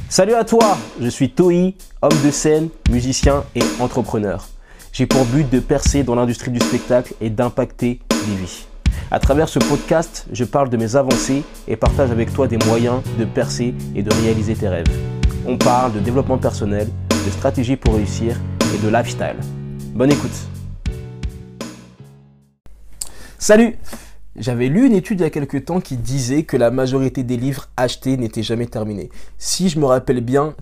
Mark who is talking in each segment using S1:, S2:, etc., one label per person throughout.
S1: Salut à toi, je suis Toi, homme de scène, musicien et entrepreneur. J'ai pour but de percer dans l'industrie du spectacle et d'impacter des vies. À travers ce podcast, je parle de mes avancées et partage avec toi des moyens de percer et de réaliser tes rêves. On parle de développement personnel, de stratégie pour réussir et de lifestyle. Bonne écoute. Salut! J'avais lu une étude il y a quelques temps qui disait que la majorité des livres achetés n'étaient jamais terminés. Si je me rappelle bien,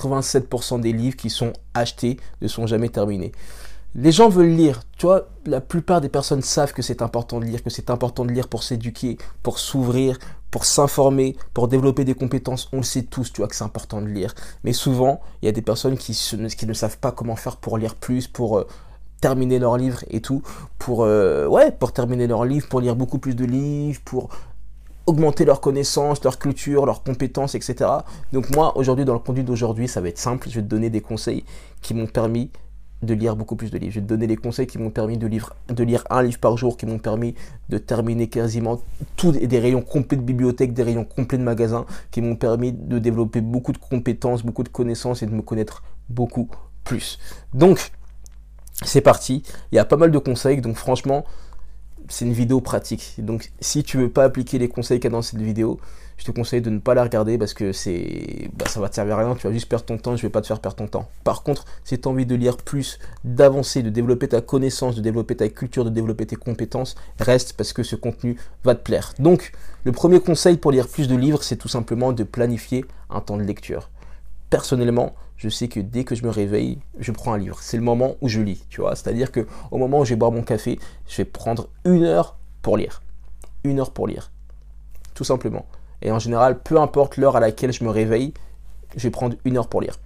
S1: 87% des livres qui sont achetés ne sont jamais terminés. Les gens veulent lire, tu vois, la plupart des personnes savent que c'est important de lire, pour s'éduquer, pour s'ouvrir, pour s'informer, pour développer des compétences. On le sait tous, tu vois, que c'est important de lire. Mais souvent, il y a des personnes qui ne savent pas comment faire pour lire plus, pour terminer leur livre et tout, pour terminer leur livre, pour lire beaucoup plus de livres, pour augmenter leurs connaissances, leur culture, leurs compétences, etc. Donc moi, aujourd'hui, dans le contenu d'aujourd'hui, ça va être simple. Je vais te donner des conseils qui m'ont permis de lire beaucoup plus de livres. Je vais te donner des conseils qui m'ont permis de lire un livre par jour, qui m'ont permis de terminer quasiment tous des rayons complets de bibliothèque, des rayons complets de magasins, qui m'ont permis de développer beaucoup de compétences, beaucoup de connaissances et de me connaître beaucoup plus. Donc, c'est parti, il y a pas mal de conseils, donc franchement, c'est une vidéo pratique. Donc si tu veux pas appliquer les conseils qu'il y a dans cette vidéo, je te conseille de ne pas la regarder parce que ça va te servir à rien, tu vas juste perdre ton temps, je vais pas te faire perdre ton temps. Par contre, si tu as envie de lire plus, d'avancer, de développer ta connaissance, de développer ta culture, de développer tes compétences, reste parce que ce contenu va te plaire. Donc, le premier conseil pour lire plus de livres, c'est tout simplement de planifier un temps de lecture. Personnellement, je sais que dès que je me réveille, je prends un livre. C'est le moment où je lis, tu vois. C'est-à-dire qu'au moment où je vais boire mon café, je vais prendre 1 heure pour lire. 1 heure pour lire, tout simplement. Et en général, peu importe l'heure à laquelle je me réveille, je vais prendre 1 heure pour lire.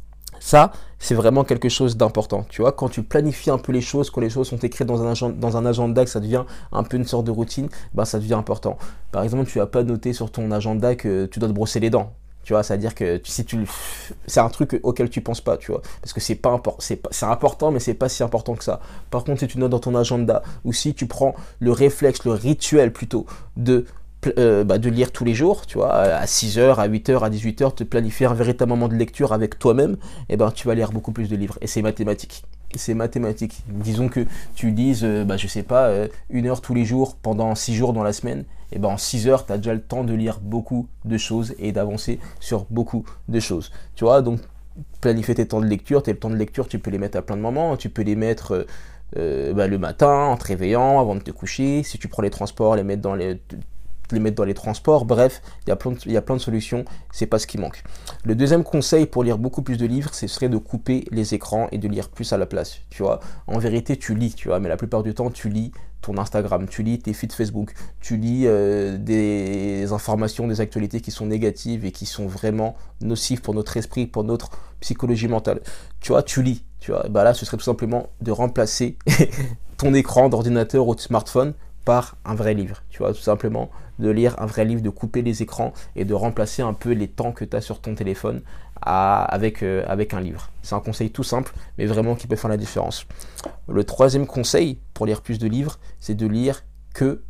S1: Ça, c'est vraiment quelque chose d'important. Tu vois, quand tu planifies un peu les choses, quand les choses sont écrites dans un agenda, que ça devient un peu une sorte de routine, ça devient important. Par exemple, tu vas pas noter sur ton agenda que tu dois te brosser les dents. Tu vois, c'est-à-dire que c'est un truc auquel tu penses pas, tu vois, parce que c'est important, mais c'est pas si important que ça. Par contre, si tu notes dans ton agenda, ou si tu prends le réflexe, le rituel plutôt, de lire tous les jours, tu vois, à 6h, à 8h, à 18h, te planifier un véritable moment de lecture avec toi-même, tu vas lire beaucoup plus de livres. Et c'est mathématique. C'est mathématique. Disons que tu lises, 1 heure tous les jours pendant 6 jours dans la semaine, en 6 heures, tu as déjà le temps de lire beaucoup de choses et d'avancer sur beaucoup de choses. Tu vois, donc planifier tes temps de lecture. Tes temps de lecture, tu peux les mettre à plein de moments. Tu peux les mettre le matin, en te réveillant, avant de te coucher. Si tu prends les transports, les mettre dans les transports, bref, il y a plein de solutions, c'est pas ce qui manque. Le deuxième conseil pour lire beaucoup plus de livres, ce serait de couper les écrans et de lire plus à la place, tu vois. En vérité, tu lis, tu vois, mais la plupart du temps, tu lis ton Instagram, tu lis tes feeds Facebook, tu lis des informations, des actualités qui sont négatives et qui sont vraiment nocives pour notre esprit, pour notre psychologie mentale. Tu vois, tu lis, tu vois, là, ce serait tout simplement de remplacer ton écran d'ordinateur ou de smartphone par un vrai livre, tu vois, tout simplement de lire un vrai livre, de couper les écrans et de remplacer un peu les temps que tu as sur ton téléphone avec un livre. C'est un conseil tout simple, mais vraiment qui peut faire la différence. Le troisième conseil pour lire plus de livres, c'est de lire que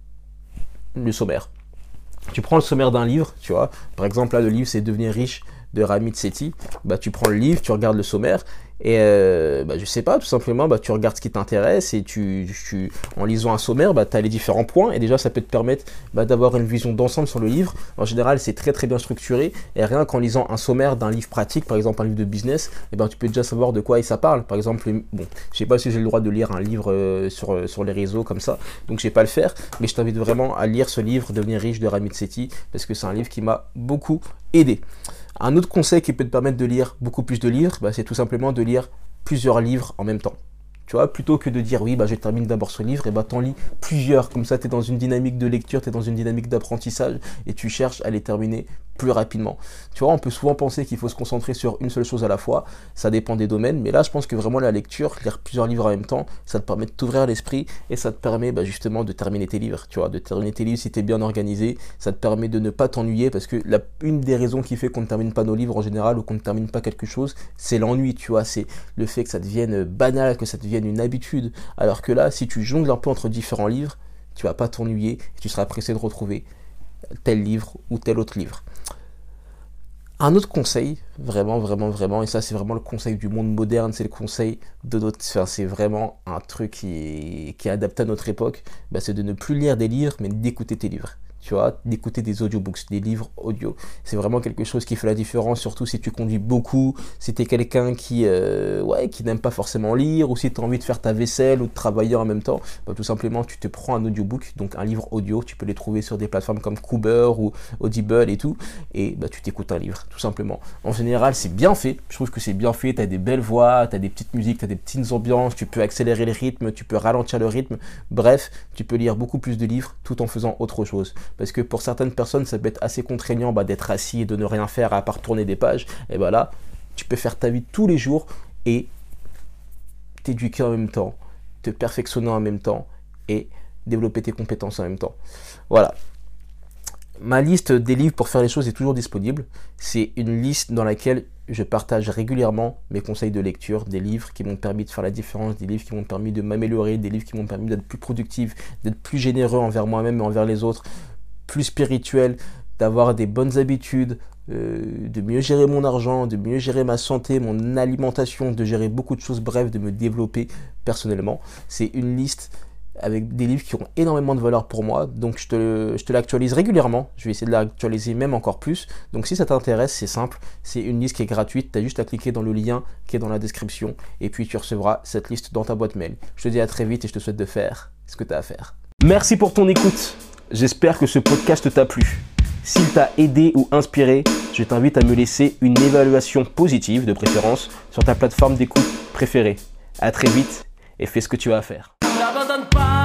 S1: le sommaire. Tu prends le sommaire d'un livre, tu vois, par exemple là le livre c'est Devenir riche de Ramit Sethi, tu prends le livre, tu regardes le sommaire et je sais pas, tout simplement tu regardes ce qui t'intéresse et en lisant un sommaire tu as les différents points et déjà ça peut te permettre d'avoir une vision d'ensemble sur le livre. En général c'est très très bien structuré et rien qu'en lisant un sommaire d'un livre pratique, par exemple un livre de business, tu peux déjà savoir de quoi ça parle. Par exemple, je sais pas si j'ai le droit de lire un livre sur les réseaux comme ça, donc je vais pas le faire, mais je t'invite vraiment à lire ce livre Devenir riche de Ramit Sethi parce que c'est un livre qui m'a beaucoup aidé. Un autre conseil qui peut te permettre de lire beaucoup plus de livres, c'est tout simplement de lire plusieurs livres en même temps. Tu vois, plutôt que de dire oui, je termine d'abord ce livre, t'en lis plusieurs. Comme ça, tu es dans une dynamique de lecture, tu es dans une dynamique d'apprentissage et tu cherches à les terminer plus rapidement. Tu vois, on peut souvent penser qu'il faut se concentrer sur une seule chose à la fois. Ça dépend des domaines, mais là, je pense que vraiment la lecture, lire plusieurs livres en même temps, ça te permet de t'ouvrir l'esprit et ça te permet justement de terminer tes livres. Tu vois, de terminer tes livres si tu es bien organisé. Ça te permet de ne pas t'ennuyer parce que une des raisons qui fait qu'on ne termine pas nos livres en général ou qu'on ne termine pas quelque chose, c'est l'ennui. Tu vois, c'est le fait que ça devienne banal, que ça devienne une habitude. Alors que là, si tu jongles un peu entre différents livres, tu vas pas t'ennuyer et tu seras pressé de retrouver tel livre ou tel autre livre. Un autre conseil, vraiment, et ça c'est vraiment le conseil du monde moderne, c'est le conseil de notre... Enfin, c'est vraiment un truc qui est adapté à notre époque, c'est de ne plus lire des livres, mais d'écouter tes livres. Tu vois, d'écouter des audiobooks, des livres audio. C'est vraiment quelque chose qui fait la différence, surtout si tu conduis beaucoup, si tu es quelqu'un qui n'aime pas forcément lire, ou si tu as envie de faire ta vaisselle ou de travailler en même temps. Tout simplement, tu te prends un audiobook, donc un livre audio, tu peux les trouver sur des plateformes comme Cooper ou Audible et tout, et tu t'écoutes un livre, tout simplement. En général, c'est bien fait, je trouve que c'est bien fait, tu as des belles voix, tu as des petites musiques, tu as des petites ambiances, tu peux accélérer le rythme, tu peux ralentir le rythme, bref, tu peux lire beaucoup plus de livres tout en faisant autre chose. Parce que pour certaines personnes, ça peut être assez contraignant d'être assis et de ne rien faire à part tourner des pages. Et là, tu peux faire ta vie tous les jours et t'éduquer en même temps, te perfectionner en même temps et développer tes compétences en même temps. Voilà. Ma liste des livres pour faire les choses est toujours disponible. C'est une liste dans laquelle je partage régulièrement mes conseils de lecture, des livres qui m'ont permis de faire la différence, des livres qui m'ont permis de m'améliorer, des livres qui m'ont permis d'être plus productif, d'être plus généreux envers moi-même et envers les autres, plus spirituel, d'avoir des bonnes habitudes, de mieux gérer mon argent, de mieux gérer ma santé, mon alimentation, de gérer beaucoup de choses, bref, de me développer personnellement. C'est une liste avec des livres qui ont énormément de valeur pour moi, donc je te l'actualise régulièrement, je vais essayer de l'actualiser même encore plus, donc si ça t'intéresse, c'est simple, c'est une liste qui est gratuite, tu as juste à cliquer dans le lien qui est dans la description, et puis tu recevras cette liste dans ta boîte mail. Je te dis à très vite et je te souhaite de faire ce que tu as à faire. Merci pour ton écoute, j'espère que ce podcast t'a plu. S'il t'a aidé ou inspiré, je t'invite à me laisser une évaluation positive de préférence sur ta plateforme d'écoute préférée. À très vite et fais ce que tu as à faire. N'abandonne pas.